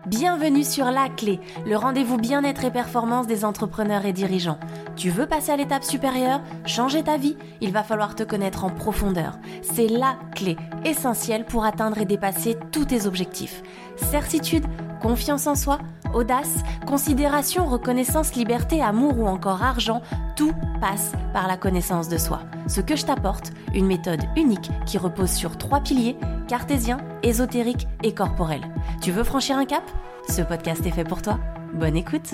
Bienvenue sur La Clé, le rendez-vous bien-être et performance des entrepreneurs et dirigeants. Tu veux passer à l'étape supérieure, changer ta vie? Il va falloir te connaître en profondeur. C'est la clé essentielle pour atteindre et dépasser tous tes objectifs. Certitude, confiance en soi, audace, considération, reconnaissance, liberté, amour ou encore argent, tout passe par la connaissance de soi. Ce que je t'apporte, une méthode unique qui repose sur 3 piliers, cartésien, ésotérique et corporel. Tu veux franchir un cap? Ce podcast est fait pour toi. Bonne écoute!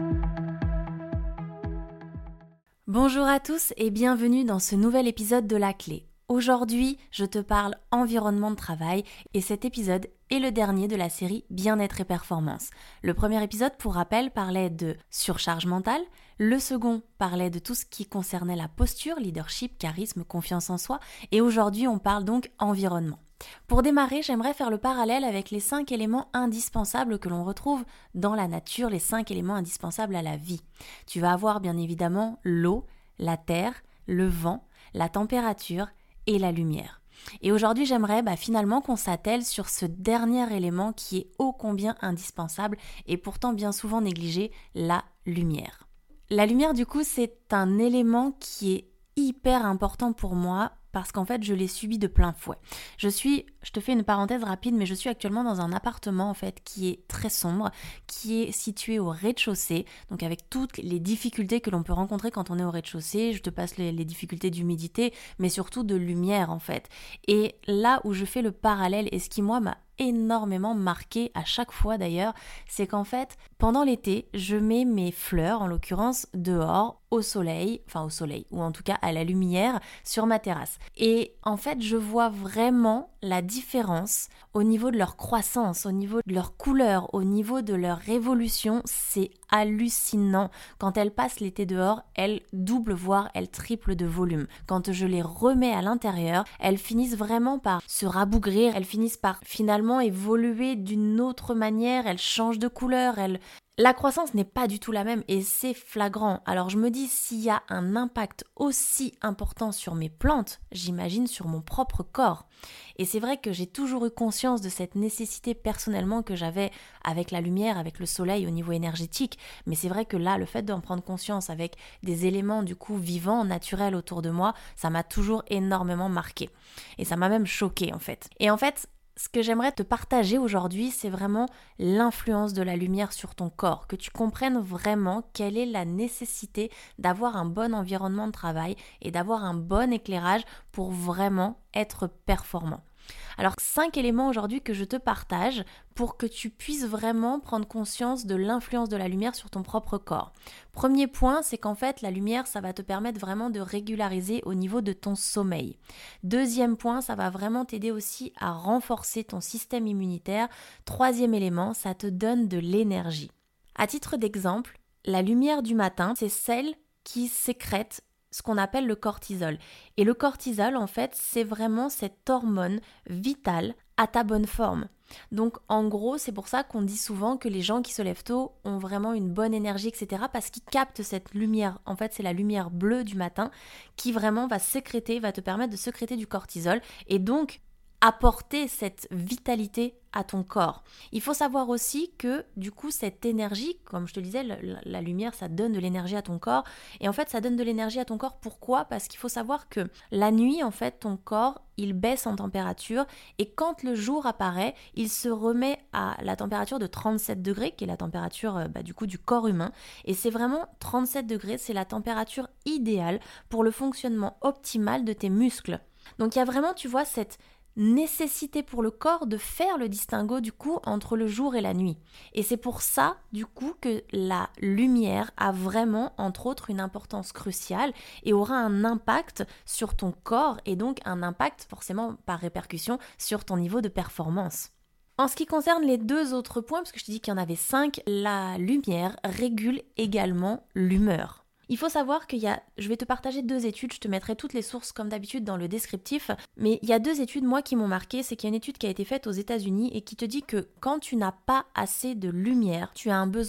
Bonjour à tous et bienvenue dans ce nouvel épisode de La Clé. Aujourd'hui, je te parle environnement de travail et cet épisode est le dernier de la série Bien-être et performance. Le premier épisode, pour rappel, parlait de surcharge mentale. Le second parlait de tout ce qui concernait la posture, leadership, charisme, confiance en soi. Et aujourd'hui, on parle donc environnement. Pour démarrer, j'aimerais faire le parallèle avec les 5 éléments indispensables que l'on retrouve dans la nature, les 5 éléments indispensables à la vie. Tu vas avoir bien évidemment l'eau, la terre, le vent, la température et la lumière. Et aujourd'hui, j'aimerais finalement qu'on s'attelle sur ce dernier élément qui est ô combien indispensable et pourtant bien souvent négligé, la lumière. La lumière, du coup, c'est un élément qui est hyper important pour moi parce qu'en fait, je l'ai subi de plein fouet. Je te fais une parenthèse rapide, mais je suis actuellement dans un appartement en fait qui est très sombre, qui est situé au rez-de-chaussée, donc avec toutes les difficultés que l'on peut rencontrer quand on est au rez-de-chaussée. Je te passe les difficultés d'humidité, mais surtout de lumière en fait. Et là où je fais le parallèle, et ce qui moi m'a énormément marqué à chaque fois d'ailleurs, c'est qu'en fait, pendant l'été, je mets mes fleurs, en l'occurrence dehors, au soleil, ou en tout cas à la lumière sur ma terrasse. Et en fait, je vois vraiment la différence au niveau de leur croissance, au niveau de leur couleur, au niveau de leur évolution. C'est hallucinant. Quand elles passent l'été dehors, elles doublent, voire elles triplent de volume. Quand je les remets à l'intérieur, elles finissent vraiment par se rabougrir, elles finissent par finalement évoluer d'une autre manière, elles changent de couleur, La croissance n'est pas du tout la même et c'est flagrant. Alors je me dis, s'il y a un impact aussi important sur mes plantes, j'imagine sur mon propre corps. Et c'est vrai que j'ai toujours eu conscience de cette nécessité personnellement que j'avais avec la lumière, avec le soleil au niveau énergétique. Mais c'est vrai que là, le fait d'en prendre conscience avec des éléments du coup vivants, naturels autour de moi, ça m'a toujours énormément marqué. Et ça m'a même choquée en fait. Et en fait, ce que j'aimerais te partager aujourd'hui, c'est vraiment l'influence de la lumière sur ton corps, que tu comprennes vraiment quelle est la nécessité d'avoir un bon environnement de travail et d'avoir un bon éclairage pour vraiment être performant. Alors 5 éléments aujourd'hui que je te partage pour que tu puisses vraiment prendre conscience de l'influence de la lumière sur ton propre corps. Premier point, c'est qu'en fait la lumière, ça va te permettre vraiment de régulariser au niveau de ton sommeil. Deuxième point, ça va vraiment t'aider aussi à renforcer ton système immunitaire. Troisième élément, ça te donne de l'énergie. À titre d'exemple, la lumière du matin, c'est celle qui sécrète ce qu'on appelle le cortisol. Et le cortisol, en fait, c'est vraiment cette hormone vitale à ta bonne forme. Donc, en gros, c'est pour ça qu'on dit souvent que les gens qui se lèvent tôt ont vraiment une bonne énergie, etc. parce qu'ils captent cette lumière. En fait, c'est la lumière bleue du matin qui vraiment va te permettre de sécréter du cortisol et donc apporter cette vitalité à ton corps. Il faut savoir aussi que du coup cette énergie, comme je te le disais, la lumière ça donne de l'énergie à ton corps et en fait ça donne de l'énergie à ton corps. Pourquoi ? Parce qu'il faut savoir que la nuit en fait ton corps il baisse en température et quand le jour apparaît il se remet à la température de 37 degrés qui est la température du coup du corps humain et c'est vraiment 37 degrés, c'est la température idéale pour le fonctionnement optimal de tes muscles. Donc il y a vraiment tu vois cette nécessité pour le corps de faire le distinguo du coup entre le jour et la nuit. Et c'est pour ça du coup que la lumière a vraiment entre autres une importance cruciale et aura un impact sur ton corps et donc un impact forcément par répercussion sur ton niveau de performance. En ce qui concerne les 2 autres points, parce que je t'ai dit qu'il y en avait 5, la lumière régule également l'humeur. Il faut savoir je vais te partager 2 études, je te mettrai toutes les sources comme d'habitude dans le descriptif, mais il y a 2 études moi qui m'ont marqué, c'est qu'il y a une étude qui a été faite aux États-Unis et qui te dit que quand tu n'as pas assez de lumière, tu as un besoin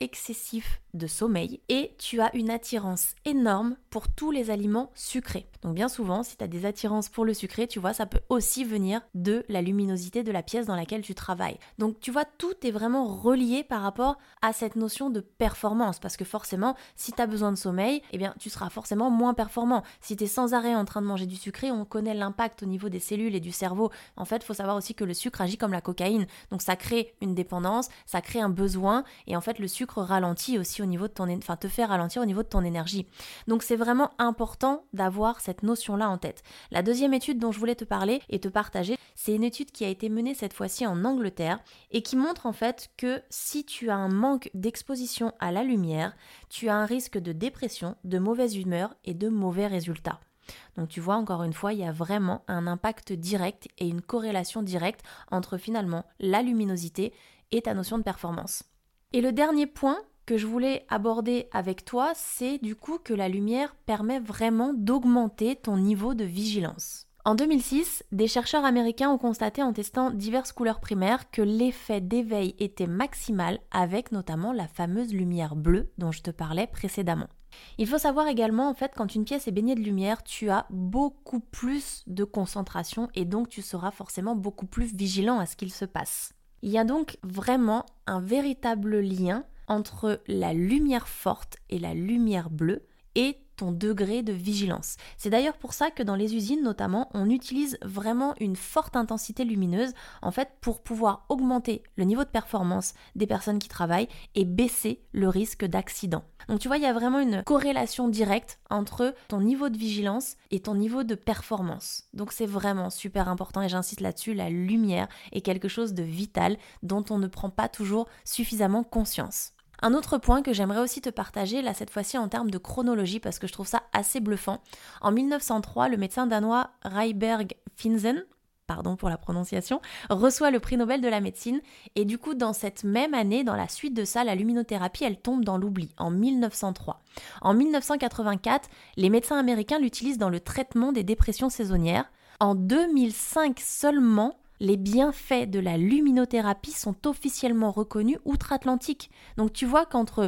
excessif de sommeil et tu as une attirance énorme pour tous les aliments sucrés. Donc bien souvent, si tu as des attirances pour le sucré, tu vois, ça peut aussi venir de la luminosité de la pièce dans laquelle tu travailles. Donc tu vois, tout est vraiment relié par rapport à cette notion de performance parce que forcément, si tu as besoin de sommeil, eh bien tu seras forcément moins performant. Si tu es sans arrêt en train de manger du sucré, on connaît l'impact au niveau des cellules et du cerveau. En fait, il faut savoir aussi que le sucre agit comme la cocaïne. Donc ça crée une dépendance, ça crée un besoin et en fait le sucre ralentit aussi au niveau de te fait ralentir au niveau de ton énergie. Donc c'est vraiment important d'avoir cette notion-là en tête. La deuxième étude dont je voulais te parler et te partager, c'est une étude qui a été menée cette fois-ci en Angleterre et qui montre en fait que si tu as un manque d'exposition à la lumière, tu as un risque de dépression, de mauvaise humeur et de mauvais résultats. Donc tu vois, encore une fois, il y a vraiment un impact direct et une corrélation directe entre finalement la luminosité et ta notion de performance. Et le dernier point que je voulais aborder avec toi, c'est du coup que la lumière permet vraiment d'augmenter ton niveau de vigilance. En 2006, des chercheurs américains ont constaté en testant diverses couleurs primaires que l'effet d'éveil était maximal avec notamment la fameuse lumière bleue dont je te parlais précédemment. Il faut savoir également, en fait, quand une pièce est baignée de lumière, tu as beaucoup plus de concentration et donc tu seras forcément beaucoup plus vigilant à ce qu'il se passe. Il y a donc vraiment un véritable lien entre la lumière forte et la lumière bleue et ton degré de vigilance. C'est d'ailleurs pour ça que dans les usines notamment, on utilise vraiment une forte intensité lumineuse en fait pour pouvoir augmenter le niveau de performance des personnes qui travaillent et baisser le risque d'accident. Donc tu vois, il y a vraiment une corrélation directe entre ton niveau de vigilance et ton niveau de performance. Donc c'est vraiment super important et j'insiste là-dessus, la lumière est quelque chose de vital dont on ne prend pas toujours suffisamment conscience. Un autre point que j'aimerais aussi te partager, là cette fois-ci en termes de chronologie, parce que je trouve ça assez bluffant. En 1903, le médecin danois Reiberg Finsen, pardon pour la prononciation, reçoit le prix Nobel de la médecine et du coup dans cette même année, dans la suite de ça, la luminothérapie elle tombe dans l'oubli en 1903. En 1984, les médecins américains l'utilisent dans le traitement des dépressions saisonnières. En 2005 seulement, les bienfaits de la luminothérapie sont officiellement reconnus outre-Atlantique. Donc tu vois qu'entre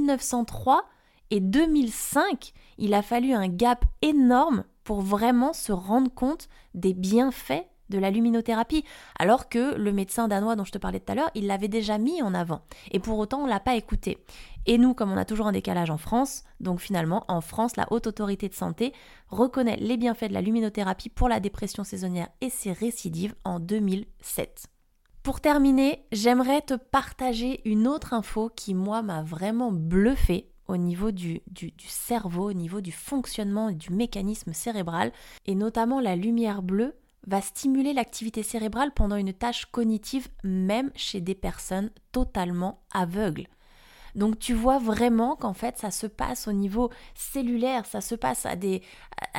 1903 et 2005, il a fallu un gap énorme pour vraiment se rendre compte des bienfaits de la luminothérapie, alors que le médecin danois dont je te parlais tout à l'heure, il l'avait déjà mis en avant. Et pour autant, on ne l'a pas écouté. Et nous, comme on a toujours un décalage en France, donc finalement, en France, la Haute Autorité de Santé reconnaît les bienfaits de la luminothérapie pour la dépression saisonnière et ses récidives en 2007. Pour terminer, j'aimerais te partager une autre info qui, moi, m'a vraiment bluffée au niveau du cerveau, au niveau du fonctionnement et du mécanisme cérébral, et notamment la lumière bleue va stimuler l'activité cérébrale pendant une tâche cognitive même chez des personnes totalement aveugles. Donc tu vois vraiment qu'en fait ça se passe au niveau cellulaire, ça se passe à des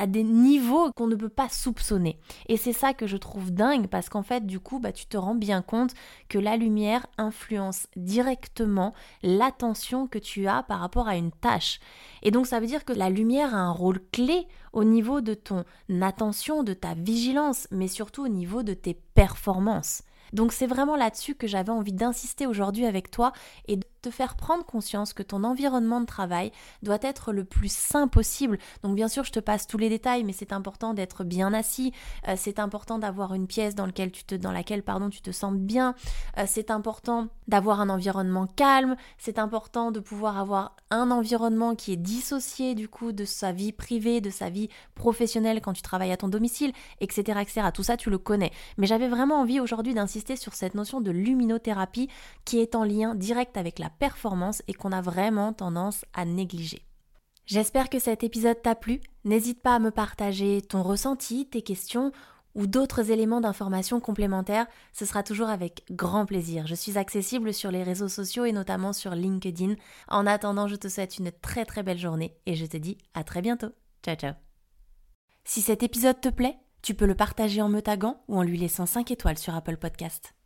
niveaux qu'on ne peut pas soupçonner. Et c'est ça que je trouve dingue parce qu'en fait du coup tu te rends bien compte que la lumière influence directement l'attention que tu as par rapport à une tâche. Et donc ça veut dire que la lumière a un rôle clé au niveau de ton attention, de ta vigilance, mais surtout au niveau de tes performances. Donc c'est vraiment là-dessus que j'avais envie d'insister aujourd'hui avec toi et de te faire prendre conscience que ton environnement de travail doit être le plus sain possible. Donc bien sûr, je te passe tous les détails, mais c'est important d'être bien assis, c'est important d'avoir une pièce dans laquelle tu te sens bien, c'est important d'avoir un environnement calme, c'est important de pouvoir avoir un environnement qui est dissocié du coup de sa vie privée, de sa vie professionnelle quand tu travailles à ton domicile, etc., etc. Tout ça, tu le connais. Mais j'avais vraiment envie aujourd'hui d'insister sur cette notion de luminothérapie qui est en lien direct avec la performance et qu'on a vraiment tendance à négliger. J'espère que cet épisode t'a plu. N'hésite pas à me partager ton ressenti, tes questions ou d'autres éléments d'information complémentaires. Ce sera toujours avec grand plaisir. Je suis accessible sur les réseaux sociaux et notamment sur LinkedIn. En attendant, je te souhaite une très très belle journée et je te dis à très bientôt. Ciao ciao. Si cet épisode te plaît, tu peux le partager en me taguant ou en lui laissant 5 étoiles sur Apple Podcast.